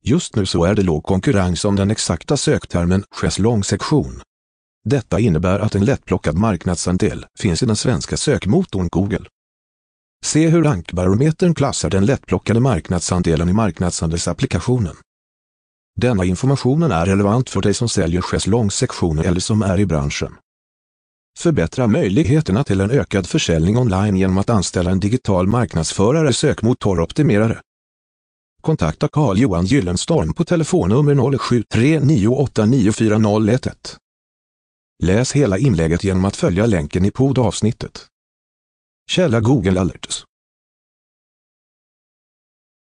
Just nu så är det låg konkurrens om den exakta söktermen schäslongsektion. Detta innebär att en lättplockad marknadsandel finns i den svenska sökmotorn Google. Se hur rankbarometern klassar den lättplockade marknadsandelen i marknadsandelsapplikationen. Denna informationen är relevant för dig som säljer schäslongsektioner eller som är i branschen. Förbättra möjligheterna till en ökad försäljning online genom att anställa en digital marknadsförare sökmotoroptimerare. Kontakta Carl-Johan Gyllenstorm på telefonnummer 0739894011. Läs hela inlägget genom att följa länken i poddavsnittet. Källa Google Alerts.